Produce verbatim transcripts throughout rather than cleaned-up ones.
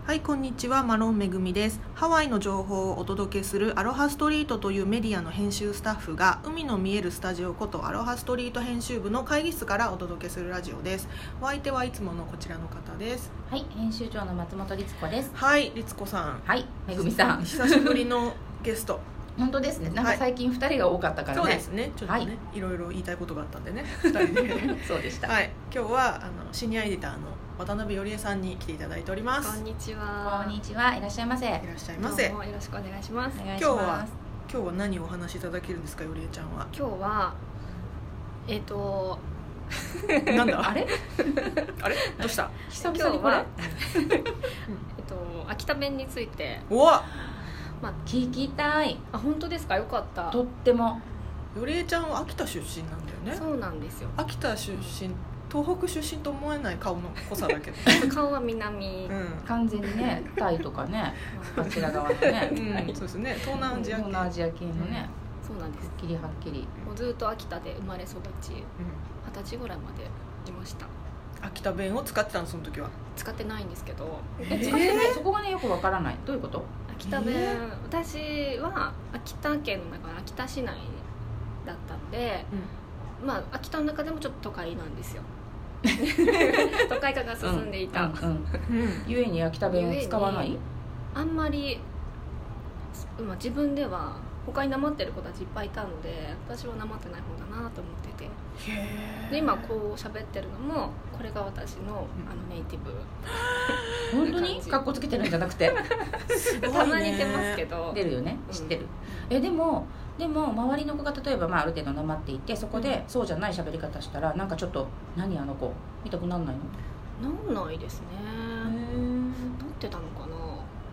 はい、こんにちは。マロンめぐみです。ハワイの情報をお届けするアロハストリートというメディアの編集スタッフが海の見えるスタジオことアロハストリート編集部の会議室からお届けするラジオです。お相手はいつものこちらの方です。 はい、編集長の松本律子です。 はい、律子さん。 はい、めぐみさん。 久しぶりのゲスト。 本当ですね。なんか最近ふたりが多かったからね。 そうですね。ちょっとね、はい、いろいろ言いたいことがあったんでね。ふたりで。 そうでした。 はい、今日はあのシニアエディターの渡辺よりえさんに来ていただいております。 こんにちは。 こんにちは。いらっしゃいませ。いらっしゃいませ。 どうもよろしくお願いします。 お願いします。 今日は今日は何をお話しいただけるんですか、よりえちゃんは。 今日はえっ、ー、となんだあれあれどうした。 久々にこれ。 えっと秋田弁について。 おわ。 まあ聞きたい。 あ、本当ですか。よかった。 とっても。 よりえちゃんは秋田出身なんだよね。 そうなんですよ。 秋田出身。東北出身と思えない顔の濃さだけど顔は南、 うん、 完全にねタイとかねあちら側のね、 うん、そうですね、東南アジア系、 東南アジア系のね、 うん、そうなんです。 はっきりはっきりもうずっと秋田で生まれ育ち、二十、うん、歳ぐらいまでいました。 秋田弁を使ってたの、その時は。 使ってないんですけど。 えー、使ってない。そこがねよくわからない。どういうこと？ 秋田弁、えー、私は秋田県の中の秋田市内だったんで、うん、まあ秋田の中でもちょっと都会なんですよ都会化が進んでいた、うんうんうん、 ゆえに秋田弁を使わない。 あんまり、まあ、自分では他になまってる子たちいっぱいいたので、私はなまってない方だなと思ってて、 へで今こう喋ってるのもこれが私の、うん、あのネイティブ本当にカッコつけてるんじゃなくてすごいね、 たまに出ますけど出るよね、知ってる、うん、えでもでも周りの子が例えば、まあ、ある程度なまっていて、そこでそうじゃない喋り方したらなんかちょっと何あの子見たくなんないの？ なんないですね。なってたのかな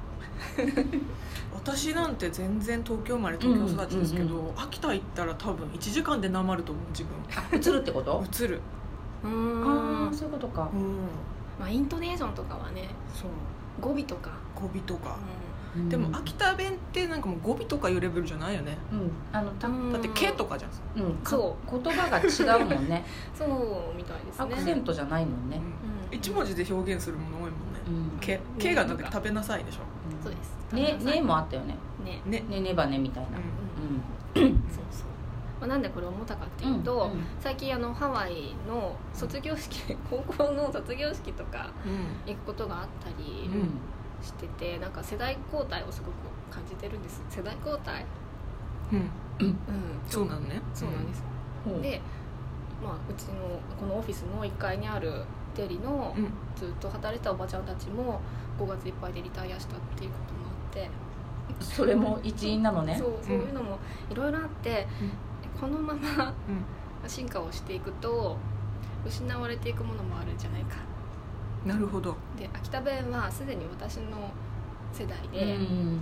私なんて全然東京生まれ東京育ちですけど、うんうんうん、秋田行ったら多分いちじかんでなまると思う、自分。 あ、映るってこと？ 映る。 うーん、 ああそういうことか、 うん、 まあ、イントネーションとかはね、 そう語尾とか語尾とか、 うん、 でも秋田弁ってなんかもう語尾とかいうレベルじゃないよね、 うん、あのただって「け」とかじゃん、 うん、そう言葉が違うもんねそうみたいですね。 アクセントじゃないもんね、 うん、一文字で表現するもの多いもんね、うん、け「け」がだって食べなさいでしょ、 うん、そうですねねもあったよね、 ねねねねばねみたいな、 うんうん、そうそう、まあ、なんでこれ思ったかっていうと、うんうん、最近あのハワイの卒業式高校の卒業式とか行くことがあったりしてて、なんか世代交代をすごく感じてるんです。世代交代、 うんうん、うん、そうなんね、 そうなんです、うん、で、まあ、うちのこのオフィスのいっかいにあるデリのずっと働いてたおばちゃんたちもごがついっぱいでリタイアしたっていうこともあって、 それも一因なのね。 そう、そういうのもいろいろあって、うん、このまま、うん、進化をしていくと失われていくものもあるんじゃないか。 なるほど。 で、秋田弁はすでに私の世代で、うん、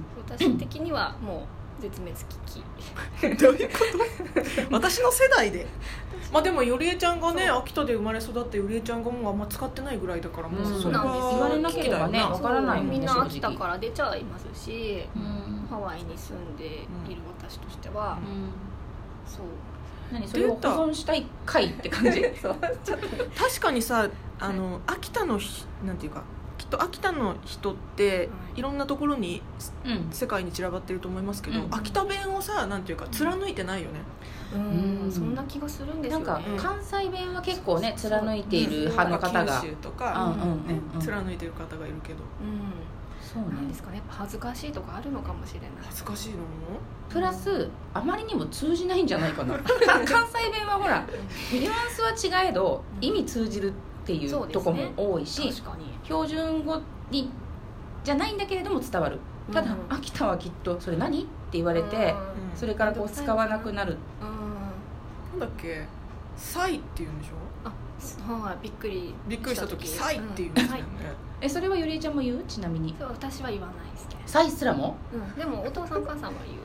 私的にはもう絶滅危機どういうこと私の世代でまあでもよりえちゃんがね秋田で生まれ育って、よりえちゃんがもうあんま使ってないぐらいだから、もうそれは言われなければねわからないもんね。 みんな秋田から出ちゃいますし、うん、ハワイに住んでいる私としては、うん、そう何それを保存したい回って感じそうちょっと確かにさ、あの秋田のなんていうか、きっと秋田の人っていろんなところに、うん、世界に散らばってると思いますけど、うん、秋田弁をさ、なんていうか貫いてないよね。 うん、うん、そんな気がするんですよね。 なんか関西弁は結構ね貫いている派の方が、 九州とか、うんうんうんうん、貫いてる方がいるけど、 うん、そうなんですかね。やっぱ恥ずかしいとかあるのかもしれない。 恥ずかしいのもプラスあまりにも通じないんじゃないかな関西弁はほらニュアンスは違えど意味通じるっていうとこも多いし、 ね、確かに標準語にじゃないんだけれども伝わる。ただ、うん、秋田はきっとそれ何って言われて、うん、それからこう使わなくなる、 うん、なんだっけサイって言うんでしょ。 あ、はい、びっくりびっくりした時サイって言うんですよね、 うん、えそれはゆりえちゃんも言う？ちなみに。 そう、私は言わないですけど。 サイすらも、 うん、でもお父さんお母さんは言う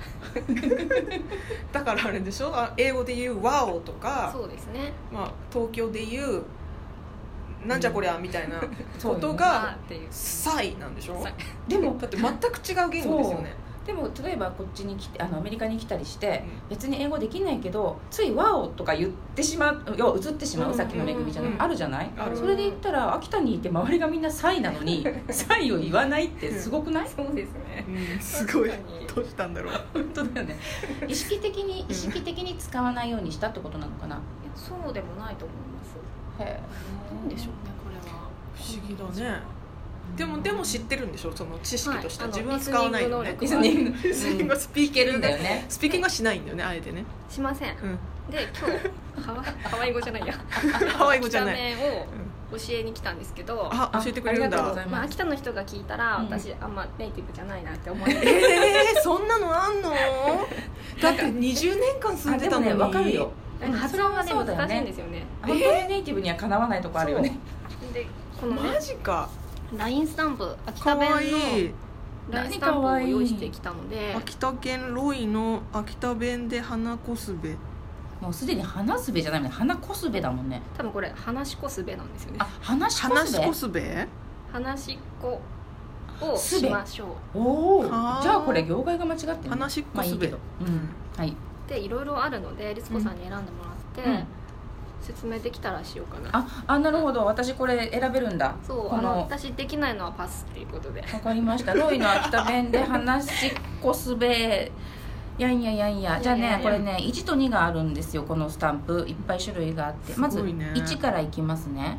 だからあれでしょ、英語で言うワオとか、 そうですね、 まあ、東京で言うなんじゃこりゃみたいなことがサイなんでしょ。 でもだって全く違う言語ですよね。 でも例えばこっちに来てあのアメリカに来たりして別に英語できないけどついワオとか言ってしまうよ映ってしまう、さっきのめぐみちゃんの、うん、あるじゃない、うん、それで言ったら秋田にいて周りがみんなサイなのにサイを言わないってすごくない？ そうですね、 うん、すごいどうしたんだろう本当だよね意識的に意識的に使わないようにしたってことなのかな。 そうでもないと思います。へえ、なんでしょうねこれは。 不思議だね。でもでも知ってるんでしょ、その知識としては、はい、自分は使わないよね。 リスニングリスニングはスピーキングだよね。 スピーキングはしないんだよね、あえてね。 しません。うん、で今日ハワハワイ語じゃないや。 ハワイ語じゃない。 秋田弁を教えに来たんですけど。 あ、教えてくれるんだ。 まあ秋田の人が聞いたら、うん、私あんまネイティブじゃないなって思って。 えー、そんなのあんの？だってにじゅうねんかん住んでたのに。 わかるよ。 発音はね難しいんですよね。 本当にネイティブにはかなわないとこあるよね。 でこのね。 マジか。 ラインスタンプ、秋田弁のラインスタンプを用意してきたので、 秋田県ロイの秋田弁で花こすべ、 もうすでに花すべじゃないもんね、花こすべだもんね。 多分これ話しこすべなんですよね。 あ、話しこすべ、 話しこをしましょう。 おお、じゃあこれ業界が間違ってる、ね、 話しこすべ、まあいいけど、うん、 はい。でいろいろあるので律子さんに選んでもらって、うんうん、説明できたらしようかな。 ああ、なるほど。私これ選べるんだ。 そう、あの私できないのはパスっていうことで。 わかりました。ロイの秋田弁で話しこすべやんややんや。じゃあね、これねいちとにがあるんですよ、このスタンプ。いっぱい種類があって、まずいちからいきますね。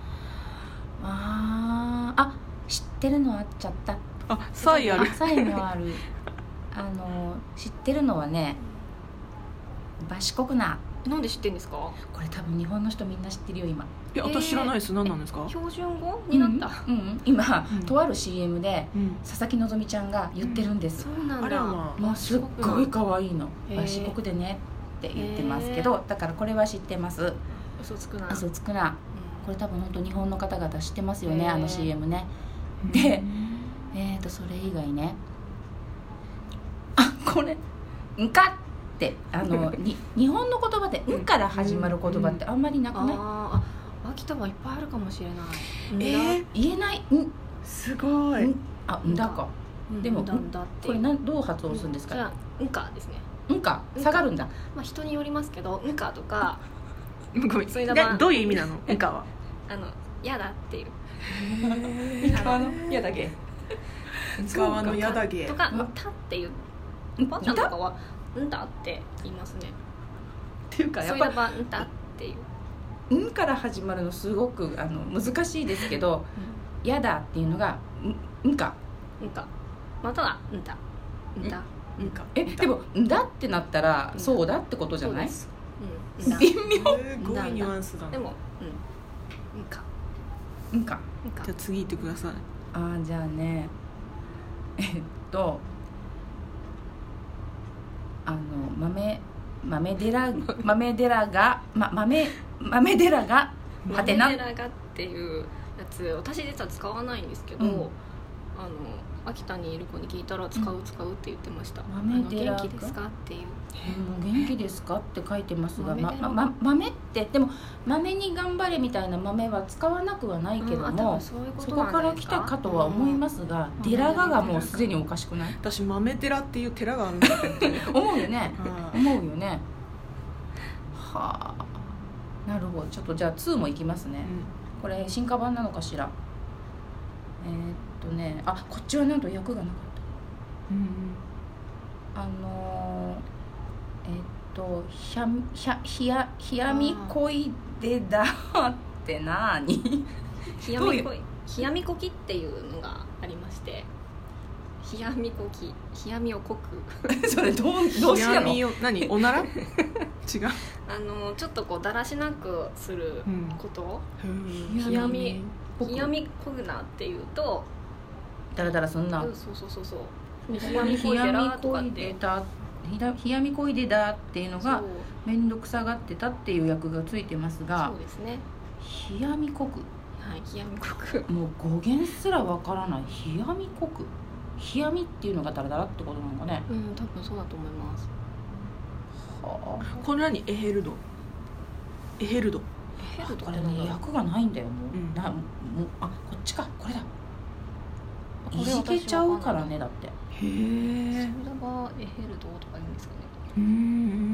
あー、あ、知ってるのあっちゃった。 あ、サイある。 サイもある。あの知ってるのはね、バシコクナ。 なんで知ってるんですか？ これ多分日本の人みんな知ってるよ今。 いや、私知らないです。何なんですか？ 標準語になった。 うん、うん、今、うん、とある シーエム で、うん、佐々木希ちゃんが言ってるんです、 うん、そうなんだ。 あれは、まあ、もうすっごい可愛いの。バシコクでねって言ってますけど、だからこれは知ってます。 嘘つくな。 嘘つくな。これ多分本当日本の方々知ってますよね、あの シーエム ね。で、えーとそれ以外ね、あ、これんかってあのに日本の言葉で「ん」から始まる言葉ってあんまりなくない？ ああ、秋田はいっぱいあるかもしれない。 えー、言えない。ん、 すごい。 あ、んだか。でもこれなんどう発音するんですか？ じゃあんかですね。 んか下がるんだ。 まあ人によりますけど、んかとか。 ごめん。どういう意味なの？んかは。 あのやだっていう。 あのやだげ。 川のやだげとかんたっていう。ばあちゃんとかはんだって言いますね。 っていうかやっぱそういえばんだっていうんから始まるのすごくあの難しいですけど、うん、やだっていうのがんんかんかまたはんだんだんか。えでもんだってなったらそうだってことじゃない？ うん、 微妙。 すごいニュアンスだ。 でもうんんかんか。 じゃあ次行ってください。 あ、じゃあね、えっとあの豆豆寺豆寺が、ま、豆豆寺がはてな豆寺がっていうやつ私実は使わないんですけど、うん、あの秋田にいる子に聞いたら使う使うって言ってました。 豆寺が元気ですかっていう。 もう元気ですかって書いてますが、まま、豆ってでも豆に頑張れみたいな豆は使わなくはないけども、うん、そ, ういうことそこから来たかとは思いますが、うん、寺ががもうすでにおかしくない？ 私豆寺っていう寺があるんだって思うよね思うよね。はあ、なるほど。ちょっとじゃあにもいきますね、うん、これ進化版なのかしら。えー、っとね、あ、こっちはなんと訳がなかった、うん、あのーえー、っとひゃひゃひやひやみこいでだってなーにひやみこいひやみこきっていうのがありまして、ひやみこきひやみをこくそれどうどうしたの？ ひやみを何おなら違うあのちょっとこうだらしなくすること、 うん、 ひやみひやみこぐなっていうとだらだらすんな、 うん、そうそうそうそう、ひやみこいでらとかってひやみこいでだっていうのが面倒くさがってたっていう訳がついてますが、 そうですね、 ひやみこく、 はい、ひやみこく、 もう語源すらわからない。ひやみこく、ひやみっていうのがダラダラってことなのかね。 うん、多分そうだと思います。 はあ、 これ何？エヘルドエヘルドエヘルドこれね訳がないんだよ。もう、うん、なもうあこっちか、これだ。いじけちゃうからね。だってへへえ。 ソイダバエヘルドとか言うんですかね。 うん。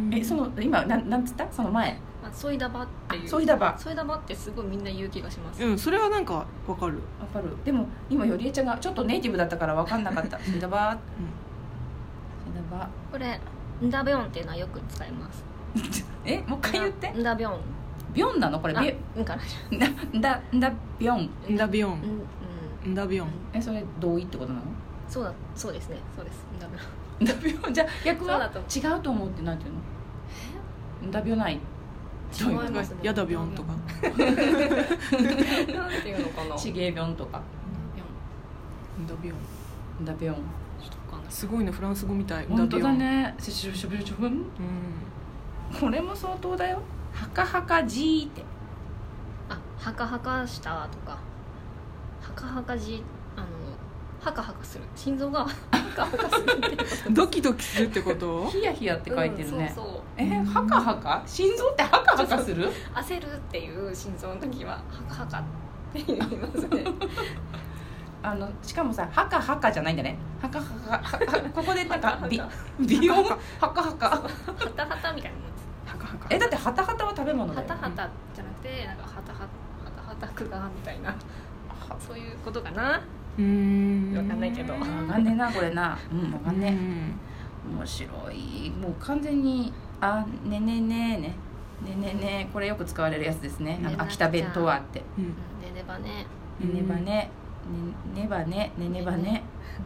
えその今なんなんつったその前あソイダバっていう。 ソイダバソイダバってすごいみんな言う気がします。 うん、それはなんかわかる。 わかる。でも今よりえちゃんがちょっとネイティブだったからわかんなかったソイダバソイダバこれンダビョンっていうのはよく使います。 えもう一回言ってンダビョン。 ビョンなのこれあビうんかな。 ンダンダビョンンダビョン。 うんうんンダビョン。 えそれ同意ってことなのそうだそうですねそうです。ンダビョン。 ンダビョンじゃあ逆はそうだと違うと思うってなんていうのンダビョない違いますね。 ヤダビョンとか。 なんていうのかな。 チゲービョンとかンダビョン。 ンダビョンすごいね、フランス語みたい。 本当だね。シュシュシュシュブンうん。 これも相当だよ。はかはかじーってあはかはかしたとかはかはかじあのはかはかする心臓がはかはかするっていうことドキドキするってこと？ ヒヤヒヤって書いてるね、 うん、そうそうえー、はかはか心臓ってはかはかする焦るっていう心臓の時ははかはかって言いますね。 あのしかもさはかはかじゃないんだね。はかはかはかここでなんかビビヨンはかはかはたはたみたいなもんです。 はかはか。 えだってはたはたは食べ物だよ。 はたはたじゃなくてなんかはたはたはたはたくがみたいなそういうことかな。 うーん。 わかんないけど。 わかんねえなこれな。うんわかんねえ。面白い。もう完全にあねねねねねねねこれよく使われるやつですね。なんか秋田弁とはって。 うん。 ねねばね。 ねねばね。ねねばねねねばね。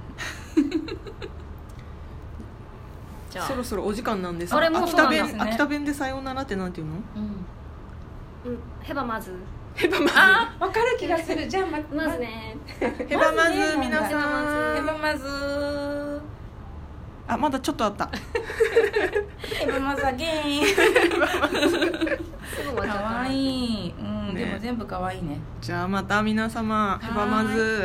じゃあそろそろお時間なんです。 あれもう秋田弁、 そうなんですね秋田弁でさようならってなんていうの？ うん。 うんへばまずヘバマズ。 あわかる気がする。じゃあままずね。 ヘバマズ皆ヘさん。 バマズあ、まだちょっとあった。 ヘバマズアゲイン。 すぐ終わっちゃったかわいい。うん、 ねでも全部かわいいね。 じゃあまた皆様、ヘバマズ。